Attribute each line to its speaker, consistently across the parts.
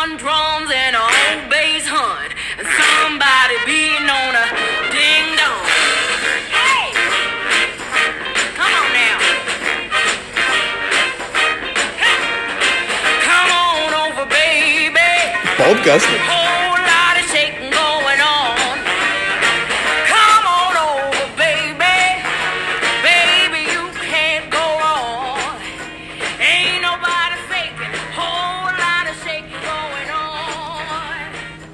Speaker 1: on drums and a old bass hunt, and somebody beating on a ding dong. Hey, come on now. Hey. Come on over, baby.
Speaker 2: Podcast.
Speaker 1: Whole lot of shaking going on. Come on over, baby. Baby, you can't go wrong. Ain't nobody faking. Whole lot of shaking going on.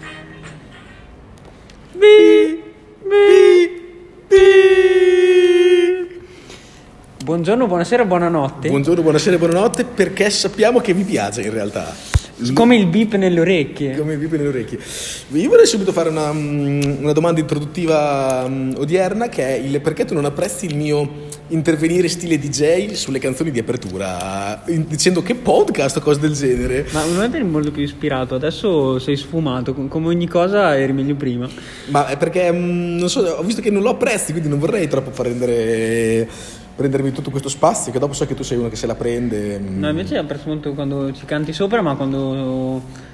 Speaker 3: Buongiorno, buonasera, buonanotte.
Speaker 2: Buongiorno, buonasera e buonanotte, perché sappiamo che vi piace in realtà.
Speaker 3: Come il beep nelle orecchie.
Speaker 2: Come vi nelle orecchie. Io vorrei subito fare una domanda introduttiva odierna, che è il perché tu non apprezzi il mio intervenire stile DJ sulle canzoni di apertura, dicendo che podcast o cose del genere.
Speaker 3: Ma non eri molto più ispirato, adesso sei sfumato, come ogni cosa eri meglio prima.
Speaker 2: Ma è perché, non so, ho visto che non lo apprezzi, quindi non vorrei troppo prendermi tutto questo spazio, che dopo so che tu sei uno che se la prende.
Speaker 3: No, invece apprezzo molto quando ci canti sopra, ma quando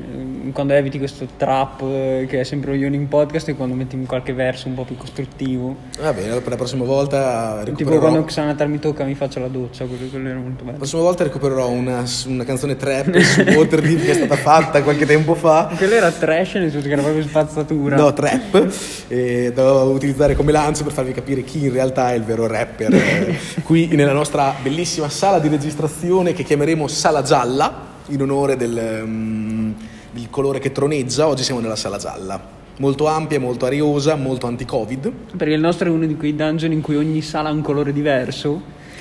Speaker 3: eviti questo trap che è sempre io in podcast, e quando metti qualche verso un po' più costruttivo.
Speaker 2: Va bene, per la prossima volta recupererò.
Speaker 3: Tipo quando Xanatar mi tocca mi faccio la doccia, quello era molto bello.
Speaker 2: La prossima volta recupererò una canzone trap su Waterdeep che è stata fatta qualche tempo fa.
Speaker 3: Quello era trash, nel senso che era proprio spazzatura.
Speaker 2: No, trap, e devo utilizzare come lancio per farvi capire chi in realtà è il vero rapper qui nella nostra bellissima sala di registrazione, che chiameremo Sala Gialla in onore del colore che troneggia. Oggi siamo nella Sala Gialla, molto ampia, molto ariosa, molto anti-covid,
Speaker 3: perché il nostro è uno di quei dungeon in cui ogni sala ha un colore diverso.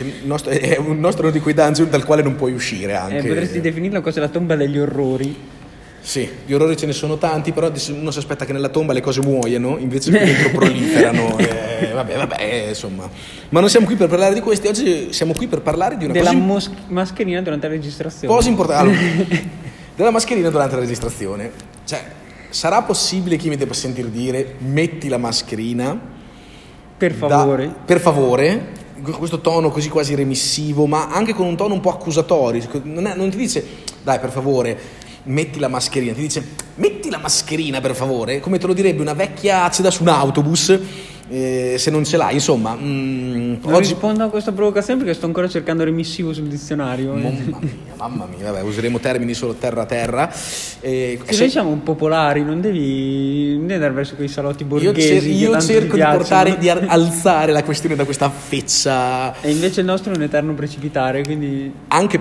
Speaker 2: è uno di quei dungeon dal quale non puoi uscire anche.
Speaker 3: Potresti definirla cosa, la tomba degli orrori.
Speaker 2: Sì, gli orrori ce ne sono tanti, però uno si aspetta che nella tomba le cose muoiano, invece qui dentro proliferano. Vabbè, insomma. Ma non siamo qui per parlare di questi, oggi siamo qui per parlare di una
Speaker 3: della
Speaker 2: cosa...
Speaker 3: mascherina durante la registrazione.
Speaker 2: Cosa importante. Allora, della mascherina durante la registrazione. Cioè, sarà possibile che mi debba sentir dire metti la mascherina?
Speaker 3: Per favore.
Speaker 2: Per favore, con questo tono così quasi remissivo, ma anche con un tono un po' accusatorio. Non ti dice dai, per favore, metti la mascherina, ti dice metti la mascherina per favore, come te lo direbbe una vecchia acida su un autobus, se non ce l'hai, insomma.
Speaker 3: Oggi rispondo a questa provocazione perché sto ancora cercando remissivo sul dizionario.
Speaker 2: Mamma mia, vabbè, useremo termini solo terra.
Speaker 3: Se noi siamo popolari, non devi andare verso quei salotti borghesi.
Speaker 2: Io cerco di alzare la questione da questa feccia.
Speaker 3: E invece il nostro è un eterno precipitare, quindi...
Speaker 2: Anche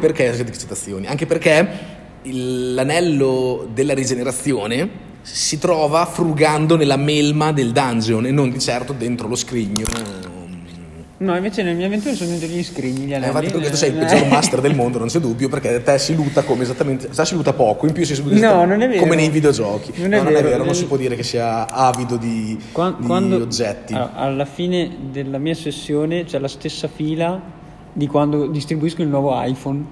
Speaker 2: perché l'anello della rigenerazione si trova frugando nella melma del dungeon e non di certo dentro lo scrigno.
Speaker 3: No, invece nel mio avventura sono dentro gli scrigni, gli anelli.
Speaker 2: Infatti perché tu sei il peggior master del mondo, non c'è dubbio, perché te si luta come esattamente, si luta poco, in più si luta
Speaker 3: non è vero.
Speaker 2: Come nei videogiochi.
Speaker 3: Non è vero,
Speaker 2: non si può dire che sia avido di oggetti.
Speaker 3: Alla fine della mia sessione c'è la stessa fila di quando distribuisco il nuovo iPhone.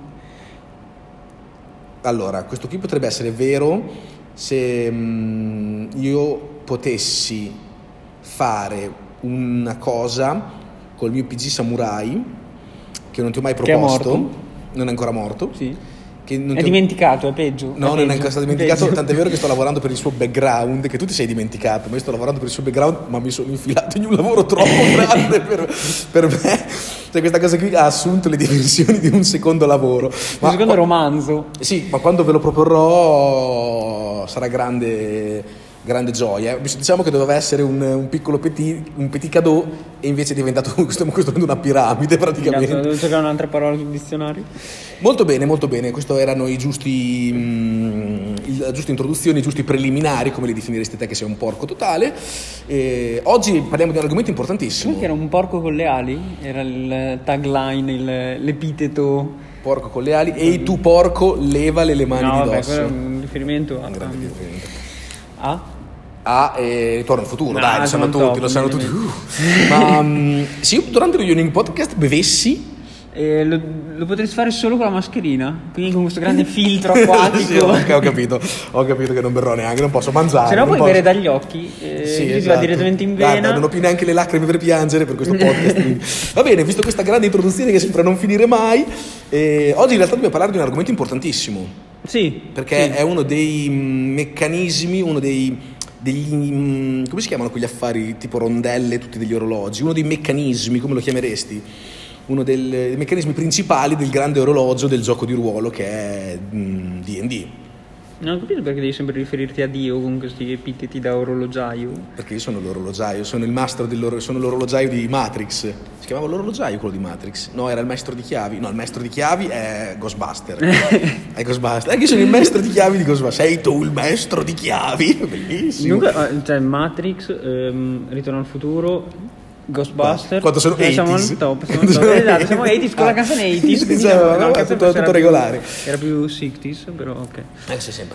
Speaker 2: Allora, questo qui potrebbe essere vero se io potessi fare una cosa col mio PG Samurai che non ti ho mai proposto.
Speaker 3: Che è morto.
Speaker 2: Non è ancora morto.
Speaker 3: Sì. Dimenticato, è peggio.
Speaker 2: No, non è ancora stato dimenticato, tant'è vero che sto lavorando per il suo background, che tu ti sei dimenticato, ma io sto lavorando per il suo background, ma mi sono infilato in un lavoro troppo grande per me. Cioè, questa cosa qui ha assunto le dimensioni di un secondo lavoro.
Speaker 3: Un secondo romanzo.
Speaker 2: Sì, ma quando ve lo proporrò sarà grande gioia. Diciamo che doveva essere un piccolo petit cadeau e invece è diventato, stiamo costruendo una piramide praticamente.
Speaker 3: Devo cercare un'altra parola sul dizionario.
Speaker 2: Molto bene, questo erano la giusta introduzione, i giusti preliminari, come li definiresti te che sei un porco totale. Oggi parliamo di un argomento importantissimo.
Speaker 3: Che era un porco con le ali, era il tagline, l'epiteto.
Speaker 2: Porco con le ali, ehi tu porco, levale le mani di dosso.
Speaker 3: No, quello è un riferimento
Speaker 2: un grande riferimento.
Speaker 3: Ritorno
Speaker 2: al futuro, dai, lo sanno tutti. Ma se io durante lo Ioning Podcast bevessi,
Speaker 3: lo potresti fare solo con la mascherina, quindi con questo grande filtro acquatico.
Speaker 2: Sì, ho capito che non berrò neanche, non posso mangiare.
Speaker 3: Se no puoi bere dagli occhi, ti va direttamente in vena.
Speaker 2: Guarda, non ho più neanche le lacrime per piangere per questo podcast. Va bene, visto questa grande introduzione che sembra non finire mai, oggi in realtà dobbiamo parlare di un argomento importantissimo.
Speaker 3: Sì.
Speaker 2: Perché
Speaker 3: sì.
Speaker 2: è uno dei meccanismi, come si chiamano quegli affari tipo rondelle, tutti degli orologi? Uno dei meccanismi, come lo chiameresti? Uno dei meccanismi principali del grande orologio del gioco di ruolo che è D&D.
Speaker 3: Non ho capito perché devi sempre riferirti a Dio con questi epiteti da orologiaio.
Speaker 2: Perché io sono l'orologiaio, sono il mastro sono l'orologiaio di Matrix. Si chiamava l'orologiaio quello di Matrix? No, era il maestro di chiavi. No, il maestro di chiavi è Ghostbuster. È Ghostbuster. Io sono il maestro di chiavi di Ghostbuster. Sei tu il maestro di chiavi? Bellissimo.
Speaker 3: Comunque, cioè Matrix, Ritorno al futuro, Ghostbuster.
Speaker 2: Quando sono 80s.
Speaker 3: Siamo al top. Siamo 80s con la canzone 80s. Quindi
Speaker 2: tutto regolare.
Speaker 3: Era più 60s, però ok.
Speaker 2: Sei sempre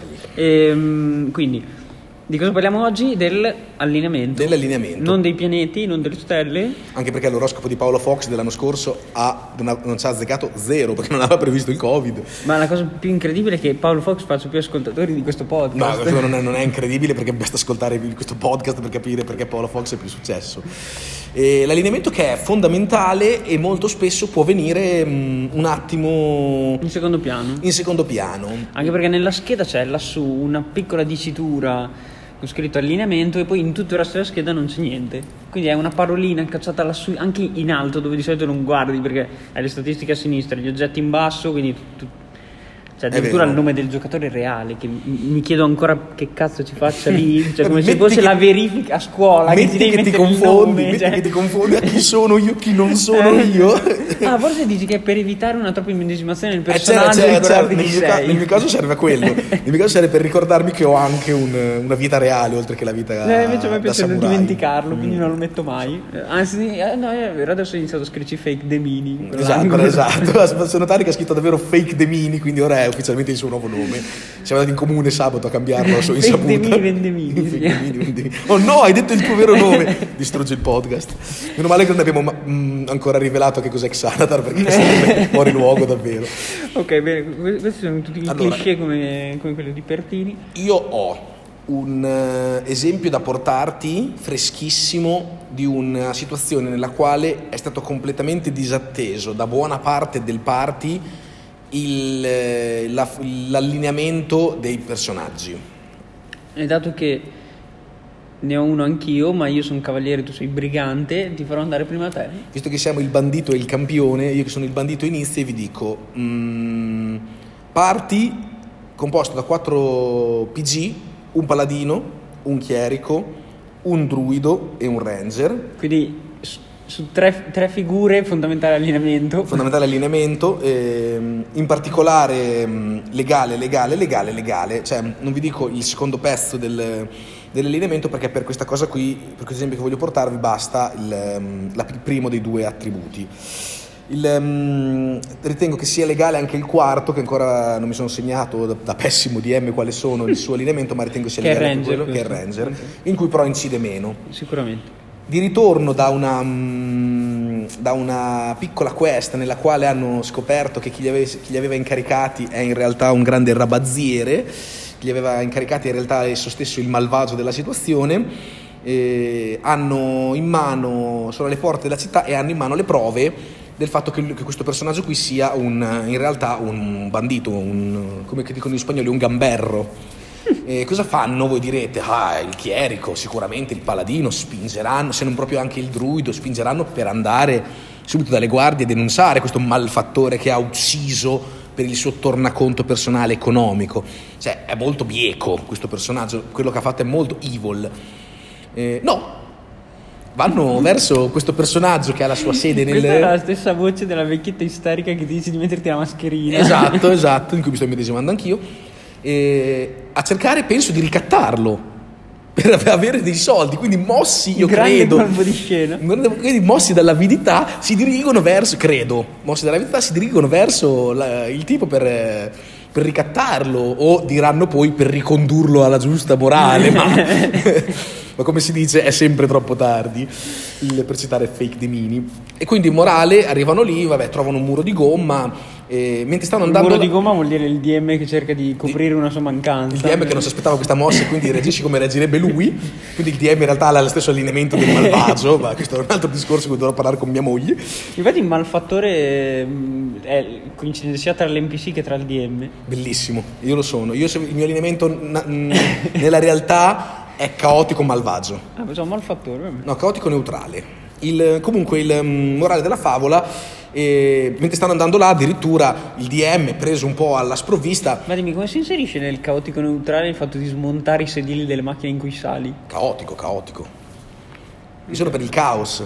Speaker 2: lì.
Speaker 3: Quindi, di cosa parliamo oggi? Dell'allineamento.
Speaker 2: Dell'allineamento.
Speaker 3: Non dei pianeti, non delle stelle.
Speaker 2: Anche perché l'oroscopo di Paolo Fox dell'anno scorso non ci ha azzeccato 0 perché non aveva previsto il Covid.
Speaker 3: Ma la cosa più incredibile è che Paolo Fox faccia più ascoltatori di questo podcast.
Speaker 2: No, non è incredibile perché basta ascoltare questo podcast per capire perché Paolo Fox è più successo. E l'allineamento che è fondamentale e molto spesso può venire un attimo
Speaker 3: in secondo piano. Anche perché nella scheda c'è lassù una piccola dicitura con scritto allineamento e poi in tutto il resto della scheda non c'è niente. Quindi è una parolina cacciata lassù, anche in alto dove di solito non guardi perché hai le statistiche a sinistra, gli oggetti in basso, quindi cioè addirittura il nome del giocatore reale, che mi chiedo ancora che cazzo ci faccia lì, cioè come se fosse la verifica a scuola che ti devi mettere il nome,
Speaker 2: che ti confondi a chi sono io, chi non sono io.
Speaker 3: Forse dici che è per evitare una troppa immedesimazione nel personaggio,
Speaker 2: nel mio caso serve a quello. Nel mio caso serve per ricordarmi che ho anche una vita reale oltre che la vita
Speaker 3: invece a me piace
Speaker 2: samurai.
Speaker 3: Dimenticarlo, quindi non lo metto mai. Anzi, no, è vero, adesso ho iniziato a scriverci Fake The Mini.
Speaker 2: Esatto. Sono notare che ha scritto davvero Fake The Mini, quindi ora è ufficialmente il suo nuovo nome. Siamo andati in comune sabato a cambiarlo a sua insaputa.
Speaker 3: Vendemini.
Speaker 2: Oh no, hai detto il tuo vero nome. Distrugge il podcast. Meno male che non abbiamo ancora rivelato che cos'è Xanatar, perché sarebbe fuori luogo davvero.
Speaker 3: Ok, bene, questi sono tutti i cliché come quelli di Pertini.
Speaker 2: Io ho un esempio da portarti freschissimo di una situazione nella quale è stato completamente disatteso da buona parte del party l'allineamento dei personaggi.
Speaker 3: E dato che ne ho uno anch'io, ma io sono cavaliere, tu sei brigante, ti farò andare prima a te.
Speaker 2: Visto che siamo il bandito e il campione, io che sono il bandito inizio e vi dico party composto da 4 PG, un paladino, un chierico, un druido e un ranger.
Speaker 3: Quindi su tre figure fondamentale allineamento,
Speaker 2: in particolare legale, cioè non vi dico il secondo pezzo dell'allineamento perché per questa cosa qui, per questo esempio che voglio portarvi, basta il primo dei 2 attributi. Ritengo che sia legale anche il quarto, che ancora non mi sono segnato da pessimo DM quale sono il suo allineamento, ma ritengo sia legale anche quello, che è il ranger, in cui però incide meno.
Speaker 3: Sicuramente.
Speaker 2: Di ritorno da una piccola quest nella quale hanno scoperto che chi li aveva incaricati è in realtà un grande rabazziere, chi li aveva incaricati in realtà è esso stesso il malvagio della situazione. Hanno in mano, sono alle porte della città e hanno in mano le prove del fatto che questo personaggio qui sia in realtà un bandito, come dicono gli spagnoli, un gamberro. Cosa fanno? Voi direte, il chierico, sicuramente il paladino spingeranno, se non proprio anche il druido, spingeranno per andare subito dalle guardie e denunciare questo malfattore che ha ucciso per il suo tornaconto personale economico. Cioè è molto bieco questo personaggio, quello che ha fatto è molto evil. No, vanno verso questo personaggio che ha la sua sede
Speaker 3: Questa è la stessa voce della vecchietta isterica che ti dice di metterti la mascherina.
Speaker 2: Esatto, in cui mi sto immedesimando anch'io. A cercare, penso, di ricattarlo per avere dei soldi, quindi mossi, io credo,
Speaker 3: colpo di scena.
Speaker 2: Quindi mossi dall'avidità si dirigono verso il tipo per ricattarlo, o diranno poi per ricondurlo alla giusta morale, ma come si dice è sempre troppo tardi per citare Fake The Mini. E quindi in morale arrivano lì, trovano un muro di gomma, mentre stanno
Speaker 3: Il
Speaker 2: andando
Speaker 3: muro di gomma vuol dire il DM che cerca di coprire una sua mancanza.
Speaker 2: Il DM che non si aspettava questa mossa e quindi reagisce come reagirebbe lui. Quindi il DM in realtà ha lo stesso allineamento del malvagio, ma questo è un altro discorso che dovrò parlare con mia moglie.
Speaker 3: Infatti il malfattore coincide sia tra l'NPC che tra il DM.
Speaker 2: Bellissimo, io lo sono. Il mio allineamento nella realtà è caotico malvagio.
Speaker 3: Facciamo malfattore.
Speaker 2: No, caotico neutrale. Comunque il morale della favola, mentre stanno andando là, addirittura il DM, preso un po' alla sprovvista.
Speaker 3: Ma dimmi, come si inserisce nel caotico neutrale il fatto di smontare i sedili delle macchine in cui sali?
Speaker 2: Caotico. Io sono per il caos.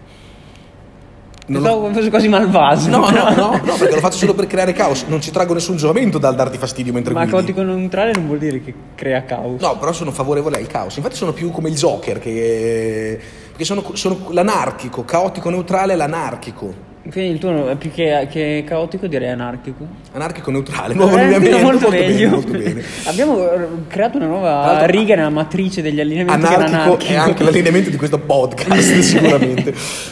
Speaker 3: Pensavo fosse quasi malvaso.
Speaker 2: No, perché lo faccio solo per creare caos. Non ci traggo nessun giovamento dal darti fastidio mentre guidi.
Speaker 3: Ma caotico neutrale non vuol dire che crea caos.
Speaker 2: No, però sono favorevole al caos. Infatti sono più come il Joker, perché sono l'anarchico. Caotico neutrale è l'anarchico.
Speaker 3: Quindi il tuo è più che caotico, direi anarchico.
Speaker 2: Anarchico neutrale, nuovo allineamento.
Speaker 3: Molto meglio.
Speaker 2: Molto bene.
Speaker 3: Abbiamo creato una nuova riga nella matrice degli allineamenti.
Speaker 2: Anarchico è anche l'allineamento di questo podcast, sicuramente.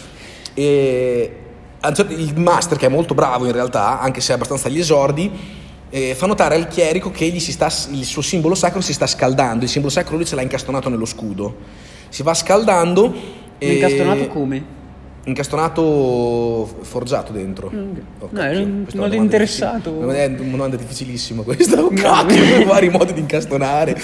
Speaker 2: E il master, che è molto bravo in realtà, anche se è abbastanza agli esordi, fa notare al chierico che il suo simbolo sacro si sta scaldando. Il simbolo sacro lui ce l'ha incastonato nello scudo, si va scaldando.
Speaker 3: Incastonato come?
Speaker 2: Incastonato, forgiato dentro.
Speaker 3: No, ero in modo interessato.
Speaker 2: È una domanda difficilissima questa. Cacchio, vari modi di incastonare.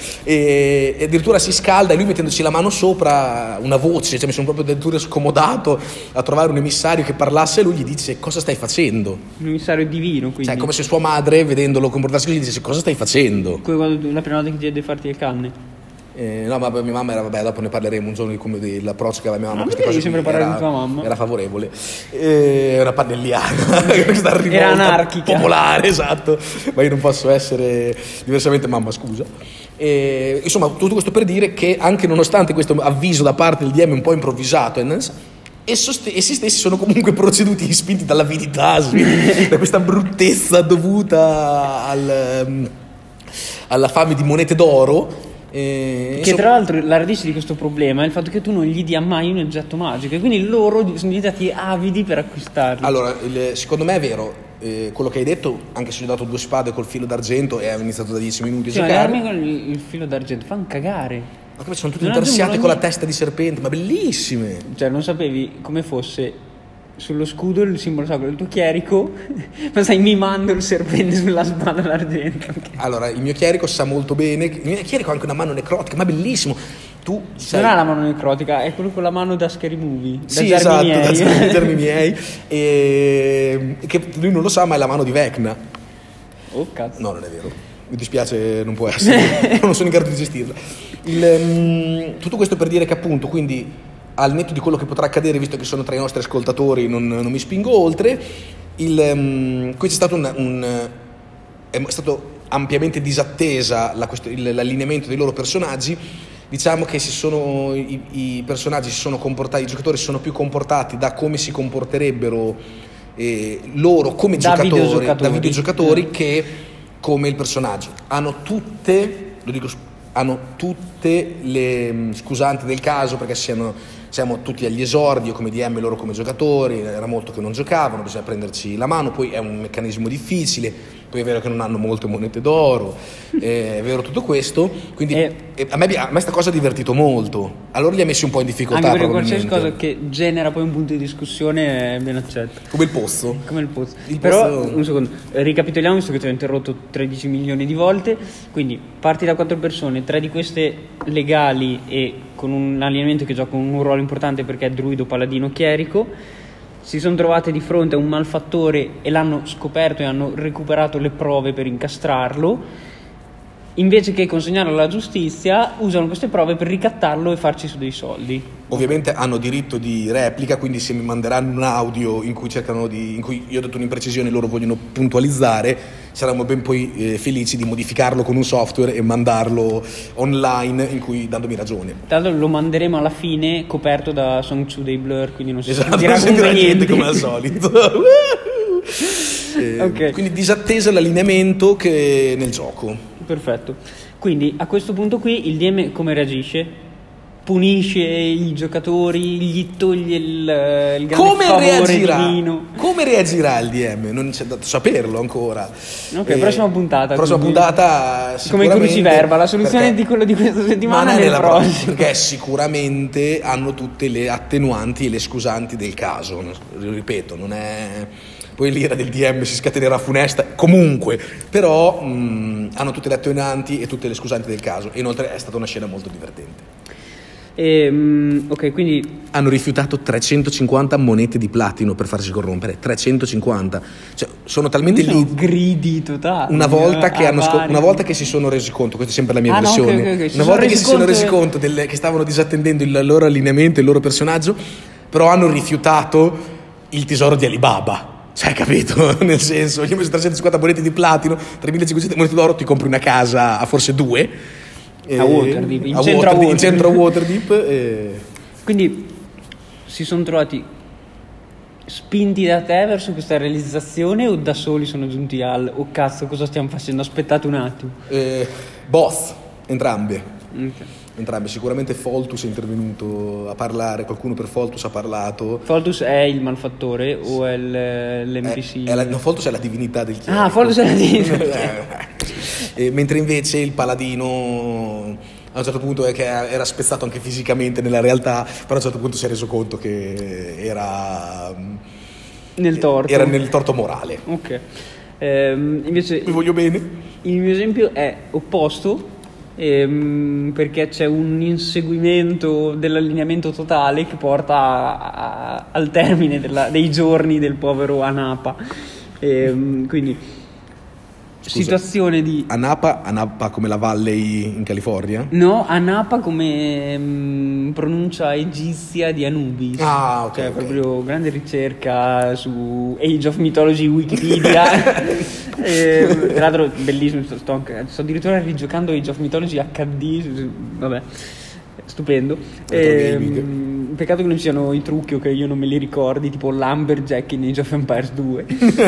Speaker 2: E addirittura si scalda, e lui, mettendoci la mano sopra, una voce, cioè mi sono proprio addirittura scomodato a trovare un emissario che parlasse, e lui gli dice: cosa stai facendo?
Speaker 3: Un emissario divino, quindi.
Speaker 2: Cioè, come se sua madre, vedendolo comportarsi così, gli dice: cosa stai facendo?
Speaker 3: Come quando la prima volta che ti chiede di farti le canne.
Speaker 2: No, ma mia mamma era, dopo ne parleremo un giorno dell'approccio che aveva mia mamma. Queste cose
Speaker 3: sempre parlare con tua mamma.
Speaker 2: Era favorevole, era pannelliana, questa rivolta
Speaker 3: era anarchica,
Speaker 2: popolare, esatto. Ma io non posso essere diversamente, mamma, scusa. Insomma, tutto questo per dire che anche nonostante questo avviso da parte del DM un po' improvvisato, essi stessi sono comunque proceduti, spinti dall'avidità, da questa bruttezza dovuta alla fame di monete d'oro.
Speaker 3: Che tra l'altro la radice di questo problema è il fatto che tu non gli dia mai un oggetto magico, e quindi loro sono diventati avidi per acquistarlo.
Speaker 2: Allora, secondo me è vero quello che hai detto, anche se gli ho dato 2 spade col filo d'argento e avevo iniziato da 10 minuti a giocare.
Speaker 3: Le armi con il filo d'argento fanno cagare.
Speaker 2: Ma come sono tutte intarsiate con la testa di serpente, ma bellissime.
Speaker 3: Cioè non sapevi come fosse sullo scudo il simbolo sacro del tuo chierico, ma stai mimando il serpente sulla spada d'argento.
Speaker 2: Allora, il mio chierico sa molto bene, il mio chierico ha anche una mano necrotica, ma bellissimo. Tu
Speaker 3: non ha la mano necrotica, è quello con la mano da Scary Movie,
Speaker 2: sì, da esatto, da Germi miei, e che lui non lo sa, ma è la mano di Vecna.
Speaker 3: Oh cazzo.
Speaker 2: No, non è vero, mi dispiace, non può essere. Non sono in grado di gestirla. Tutto questo per dire che appunto, quindi, al netto di quello che potrà accadere, visto che sono tra i nostri ascoltatori, non mi spingo oltre. Qui c'è stato è stato ampiamente disattesa l'allineamento dei loro personaggi. Diciamo che i personaggi si sono comportati, i giocatori si sono più comportati da come si comporterebbero loro come da videogiocatori che come il personaggio. Hanno tutte le scusanti del caso, perché siamo tutti agli esordi, io come DM, loro come giocatori, era molto che non giocavano, bisogna prenderci la mano, poi è un meccanismo difficile, poi è vero che non hanno molte monete d'oro, è vero tutto questo, quindi a me sta cosa ha divertito molto, allora li ha messi un po' in difficoltà,
Speaker 3: anche perché qualsiasi cosa che genera poi un punto di discussione è ben accetto,
Speaker 2: come il pozzo.
Speaker 3: Però un secondo, ricapitoliamo, visto che ti ho interrotto 13 milioni di volte. Quindi parti da 4 persone, 3 di queste legali e con un allineamento che gioca un ruolo importante perché è druido, paladino, chierico. Si sono trovate di fronte a un malfattore e l'hanno scoperto e hanno recuperato le prove per incastrarlo. Invece che consegnarlo alla giustizia, usano queste prove per ricattarlo e farci su dei soldi.
Speaker 2: Ovviamente hanno diritto di replica, quindi se mi manderanno un audio in cui in cui io ho dato un'imprecisione e loro vogliono puntualizzare, saremo ben poi felici di modificarlo con un software e mandarlo online, dandomi ragione.
Speaker 3: Tra l'altro lo manderemo alla fine coperto da Song 2 dei Blur, quindi non si
Speaker 2: sentirà niente come al solito.
Speaker 3: Okay.
Speaker 2: Quindi disattesa l'allineamento che nel gioco.
Speaker 3: Perfetto. Quindi a questo punto qui il DM come reagisce? punisce i giocatori, gli toglie il grande favore divino.
Speaker 2: Come reagirà il DM? Non c'è da saperlo ancora.
Speaker 3: Ok, prossima puntata.
Speaker 2: Prossima puntata
Speaker 3: come cruciverba, la soluzione di quello di questa settimana è nel prossimo.
Speaker 2: Perché sicuramente hanno tutte le attenuanti e le scusanti del caso. Ripeto, non è... Poi l'ira del DM si scatenerà funesta comunque, però hanno tutte le attenuanti e tutte le scusanti del caso. E inoltre è stata una scena molto divertente.
Speaker 3: Ok, quindi
Speaker 2: hanno rifiutato 350 monete di platino per farsi corrompere. 350, cioè sono talmente lì
Speaker 3: gridi totali.
Speaker 2: Una volta che si sono resi conto, questa è sempre la mia versione.
Speaker 3: Okay.
Speaker 2: Una volta che si sono resi conto che stavano disattendendo il loro allineamento, il loro personaggio, però hanno rifiutato il tesoro di Alibaba. Cioè, capito? Nel senso, io ho messo 350 monete di platino, 3500 monete d'oro, ti compri una casa a forse 2
Speaker 3: a Waterdeep,
Speaker 2: in centro a Waterdeep.
Speaker 3: Quindi si sono trovati spinti da te verso questa realizzazione o da soli sono giunti oh cazzo, cosa stiamo facendo? Aspettate un attimo.
Speaker 2: Both, entrambe.
Speaker 3: Okay.
Speaker 2: Entrambi, sicuramente Foltus è intervenuto a parlare, qualcuno per Foltus ha parlato.
Speaker 3: Foltus è il malfattore o è l'NPC?
Speaker 2: No, Foltus è la divinità del chierico.
Speaker 3: Foltus è la divinità.
Speaker 2: Mentre invece il paladino a un certo punto è che era spezzato anche fisicamente nella realtà, però a un certo punto si è reso conto che era
Speaker 3: nel torto.
Speaker 2: Era nel torto morale.
Speaker 3: Ok. Invece
Speaker 2: vi voglio bene.
Speaker 3: Il mio esempio è opposto. Perché c'è un inseguimento dell'allineamento totale che porta al termine dei giorni del povero Anapa. Quindi
Speaker 2: scusa,
Speaker 3: situazione di
Speaker 2: Anapa come la Valley in California?
Speaker 3: No, Anapa come pronuncia egizia di Anubis.
Speaker 2: Ah, ok.
Speaker 3: Cioè, proprio grande ricerca su Age of Mythology Wikipedia. Tra l'altro bellissimo, sto addirittura rigiocando Age of Mythology HD, vabbè, stupendo. Peccato che non siano i trucchi o che io non me li ricordi, tipo Lumberjack in Age of Empires 2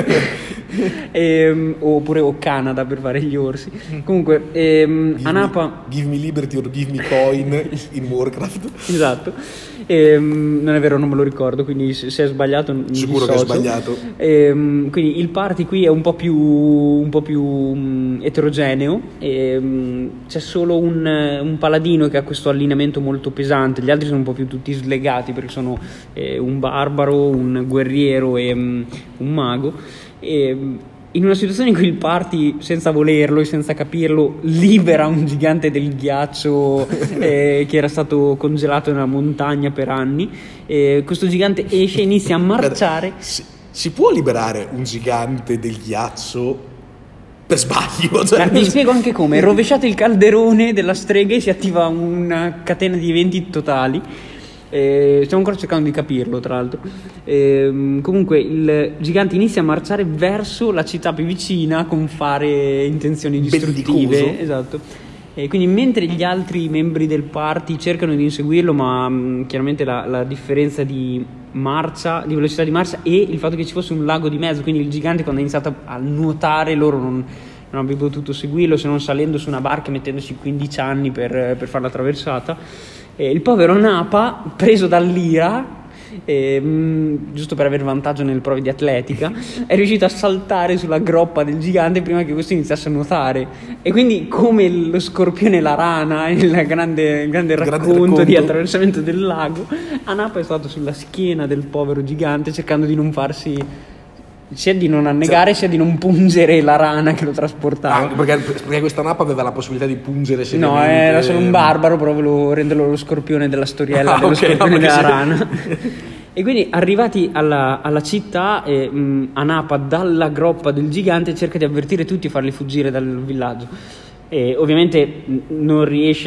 Speaker 3: oppure Canada per fare gli orsi. Comunque Anapa
Speaker 2: Give me liberty or give me coin in Warcraft.
Speaker 3: Esatto. Non è vero, non me lo ricordo, quindi se è sbagliato mi
Speaker 2: sicuro
Speaker 3: dissocio.
Speaker 2: che è sbagliato.
Speaker 3: Quindi il party qui è un po' più eterogeneo. C'è solo un paladino che ha questo allineamento molto pesante, gli altri sono un po' più tutti slegati perché sono un barbaro, un guerriero e un mago. In una situazione in cui il party, senza volerlo e senza capirlo, libera un gigante del ghiaccio che era stato congelato nella montagna per anni, questo gigante esce e inizia a marciare.
Speaker 2: Si può liberare un gigante del ghiaccio per sbaglio? Cioè...
Speaker 3: Vi spiego anche come. Rovesciate il calderone della strega e si attiva una catena di eventi totali. Stiamo ancora cercando di capirlo, tra l'altro. Comunque il gigante inizia a marciare verso la città più vicina con fare intenzioni distruttive.
Speaker 2: Bellicoso.
Speaker 3: Esatto. Quindi mentre gli altri membri del party cercano di inseguirlo, ma chiaramente la differenza di velocità di marcia e il fatto che ci fosse un lago di mezzo, quindi il gigante quando ha iniziato a nuotare loro non avrebbero potuto seguirlo se non salendo su una barca e mettendoci 15 anni per fare la traversata. Il povero Napa, preso dall'ira, giusto per avere vantaggio nelle prove di atletica, è riuscito a saltare sulla groppa del gigante prima che questo iniziasse a nuotare. E quindi, come lo scorpione e la rana, il grande racconto di attraversamento del lago, Napa è stato sulla schiena del povero gigante cercando di non farsi... sia di non annegare sia di non pungere la rana che lo trasportava.
Speaker 2: Perché questa Napa aveva la possibilità di pungere seriamente.
Speaker 3: No, era solo un barbaro, però volevo renderlo lo scorpione della storiella dello scorpione della rana. E quindi arrivati alla città, Anapa dalla groppa del gigante cerca di avvertire tutti e farli fuggire dal villaggio. E ovviamente non riesce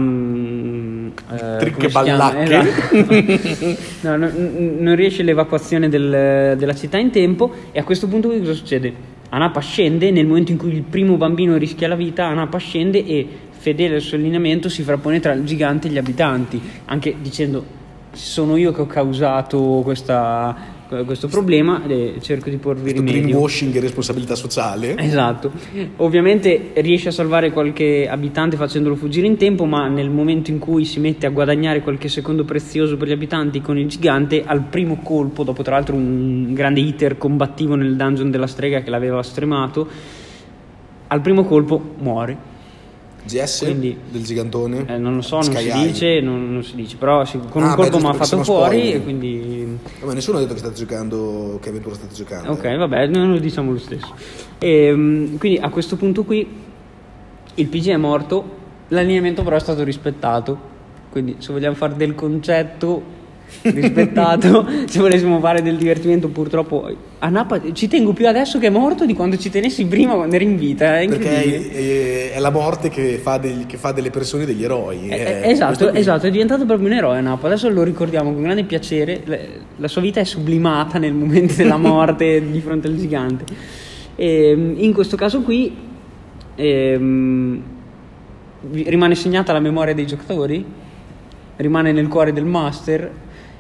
Speaker 2: tricche ballacche.
Speaker 3: Esatto. Non riesce l'evacuazione della città in tempo. E a questo punto cosa succede? Anapa scende nel momento in cui il primo bambino rischia la vita. Anapa scende e, fedele al suo allineamento, si frappone tra il gigante e gli abitanti, anche dicendo: sono io che ho causato questa questo problema e cerco di porvi rimedio.
Speaker 2: Greenwashing e responsabilità sociale.
Speaker 3: Esatto. Ovviamente riesce a salvare qualche abitante facendolo fuggire in tempo, ma nel momento in cui si mette a guadagnare qualche secondo prezioso per gli abitanti con il gigante, al primo colpo, dopo tra l'altro un grande iter combattivo nel dungeon della strega che l'aveva stremato, al primo colpo muore.
Speaker 2: GS
Speaker 3: Quindi,
Speaker 2: del gigantone?
Speaker 3: Non lo so, non
Speaker 2: Sky
Speaker 3: si
Speaker 2: High.
Speaker 3: dice, non si dice, però con un colpo mi ha fatto fuori e quindi...
Speaker 2: Ma nessuno ha detto che state giocando, che avventura state giocando.
Speaker 3: Ok, vabbè, non lo diciamo lo stesso. Quindi a questo punto qui il PG è morto, l'allineamento però è stato rispettato, quindi se vogliamo fare del concetto rispettato, se volessimo fare del divertimento, purtroppo a Napa ci tengo più adesso che è morto di quando ci tenessi prima quando eri in vita,
Speaker 2: perché è la morte che fa delle persone degli eroi.
Speaker 3: Esatto, è diventato proprio un eroe a Napa, adesso lo ricordiamo con grande piacere, la sua vita è sublimata nel momento della morte di fronte al gigante. In questo caso qui rimane segnata la memoria dei giocatori, rimane nel cuore del master,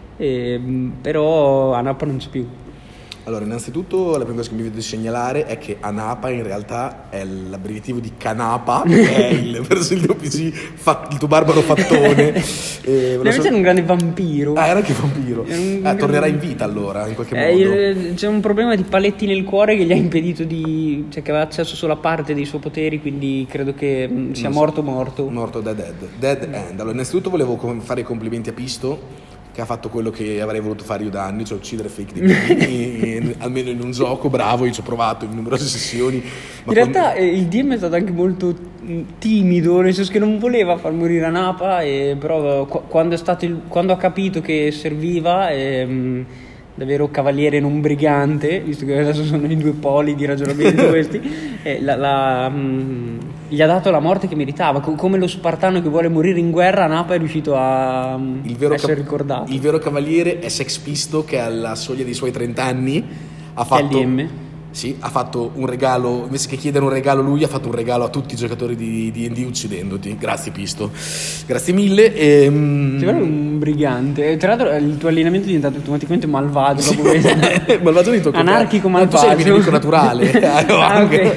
Speaker 3: però Anapa non c'è più.
Speaker 2: Allora, innanzitutto la prima cosa che mi vedo di segnalare è che Anapa in realtà è l'abbreviativo di Canapa, che è il tuo PG, il tuo barbaro fattone.
Speaker 3: Invece era un grande vampiro.
Speaker 2: Era anche vampiro. Tornerà in vita allora, in qualche modo.
Speaker 3: C'è un problema di paletti nel cuore che gli ha impedito cioè che aveva accesso solo a parte dei suoi poteri, quindi credo che sia morto.
Speaker 2: Morto dead end. Allora, innanzitutto volevo fare i complimenti a Pisto, che ha fatto quello che avrei voluto fare io da anni, cioè uccidere fake DM, almeno in un gioco. Bravo, io ci ho provato in numerose sessioni.
Speaker 3: In realtà il DM è stato anche molto timido, nel senso che non voleva far morire Anapa, però quando ha capito che serviva, davvero cavaliere non brigante, visto che adesso sono i due poli di ragionamento questi, gli ha dato la morte che meritava, come lo spartano che vuole morire in guerra. Napa è riuscito a essere ricordato.
Speaker 2: Il vero cavaliere è Sex Pisto, che alla soglia dei suoi 30 anni ha fatto un regalo, invece che chiedere un regalo lui ha fatto un regalo a tutti i giocatori di D&D uccidendoti. Grazie Pisto, grazie mille.
Speaker 3: Sei un brigante. Tra l'altro il tuo allenamento è diventato automaticamente malvagio dopo
Speaker 2: malvagio di tocco,
Speaker 3: anarchico malvagio.
Speaker 2: Tu sei il nemico naturale.
Speaker 3: Okay.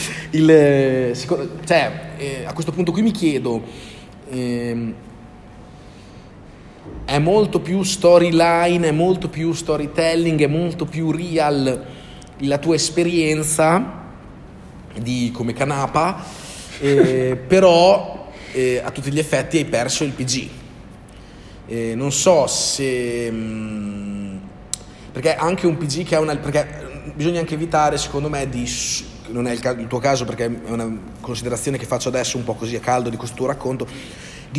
Speaker 2: A questo punto qui mi chiedo, è molto più storyline, è molto più storytelling, è molto più real la tua esperienza come Canapa, però a tutti gli effetti hai perso il PG. Non so se perché anche un PG che ha perché bisogna anche evitare, secondo me, non è il tuo caso, perché è una considerazione che faccio adesso un po' così a caldo di questo tuo racconto, di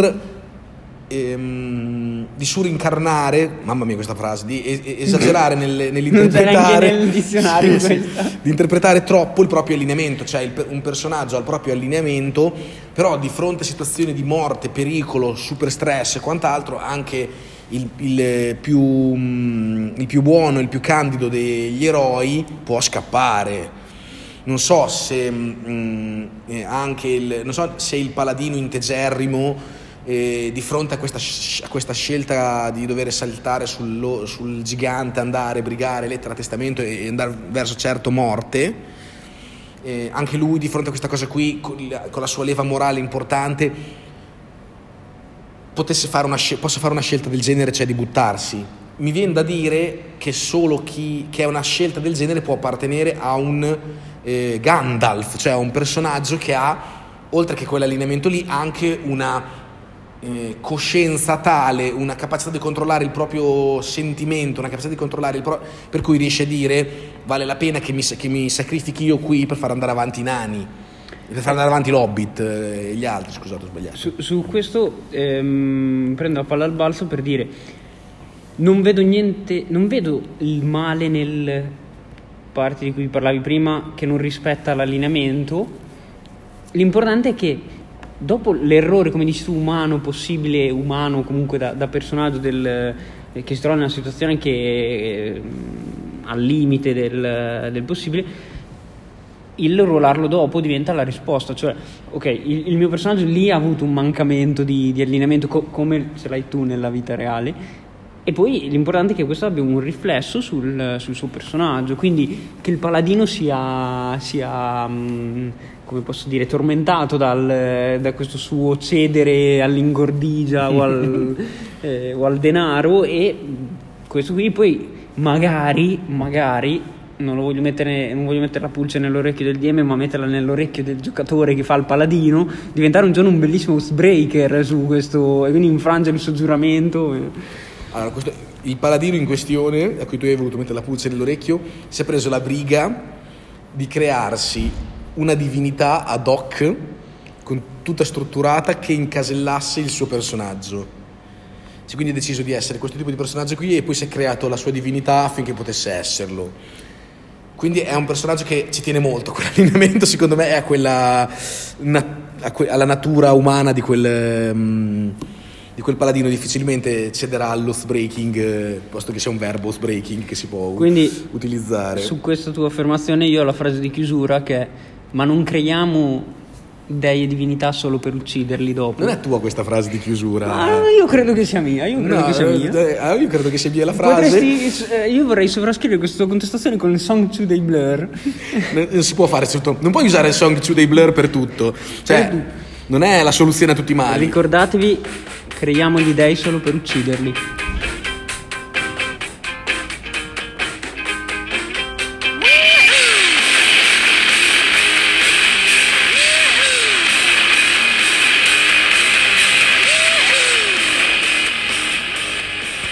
Speaker 2: surincarnare, mamma mia questa frase, di esagerare nell'interpretare
Speaker 3: nel dizionario
Speaker 2: di interpretare troppo il proprio allineamento, cioè un personaggio ha il proprio allineamento, però di fronte a situazioni di morte, pericolo, super stress e quant'altro, anche il più buono, il più candido degli eroi può scappare. Non so se il paladino integerrimo, di fronte a questa scelta di dover saltare sul gigante, andare, brigare, lettera, testamento e andare verso certo morte, anche lui di fronte a questa cosa qui, con la sua leva morale importante, possa fare una scelta del genere, cioè di buttarsi. Mi viene da dire che solo chi che è una scelta del genere può appartenere a un Gandalf, cioè a un personaggio che ha, oltre che quell'allineamento lì, anche una coscienza tale, una capacità di controllare il proprio sentimento, una capacità di controllare per cui riesce a dire: vale la pena che mi sacrifichi io qui per far andare avanti i nani, per far andare avanti l'Hobbit e gli altri. Scusate, ho sbagliato.
Speaker 3: Su questo prendo la palla al balzo per dire: non vedo niente, non vedo il male nel parte di cui parlavi prima, che non rispetta l'allineamento. L'importante è che dopo l'errore, come dici tu, possibile umano comunque da personaggio che si trova in una situazione che al limite del possibile, il ruolarlo dopo diventa la risposta. Cioè, ok, il mio personaggio lì ha avuto un mancamento di allineamento come ce l'hai tu nella vita reale, E poi l'importante è che questo abbia un riflesso sul suo personaggio, quindi che il paladino sia come posso dire, tormentato da questo suo cedere all'ingordigia o al denaro, e questo qui poi magari non voglio mettere la pulce nell'orecchio del DM, ma metterla nell'orecchio del giocatore che fa il paladino, diventare un giorno un bellissimo Oathbreaker su questo, e quindi infrangere il suo giuramento.
Speaker 2: Allora, il paladino in questione, a cui tu hai voluto mettere la pulce nell'orecchio, si è preso la briga di crearsi una divinità ad hoc, con tutta strutturata, che incasellasse il suo personaggio. Quindi ha deciso di essere questo tipo di personaggio qui, e poi si è creato la sua divinità affinché potesse esserlo. Quindi è un personaggio che ci tiene molto, quell'allineamento secondo me è alla natura umana di quel paladino. Difficilmente cederà all'oathbreaking, posto che sia un verbo oathbreaking che si può utilizzare.
Speaker 3: Su questa tua affermazione io ho la frase di chiusura che è: ma non creiamo dei e divinità solo per ucciderli dopo.
Speaker 2: Non è tua questa frase di chiusura?
Speaker 3: Io credo che sia mia. Io
Speaker 2: credo che sia mia la frase.
Speaker 3: Io vorrei sovrascrivere questa contestazione con il Song 2 dei Blur.
Speaker 2: Non si può fare tutto. Non puoi usare il Song 2 dei Blur per tutto. Cioè, non è la soluzione a tutti i mali.
Speaker 3: Ricordatevi, creiamo gli dei solo per ucciderli.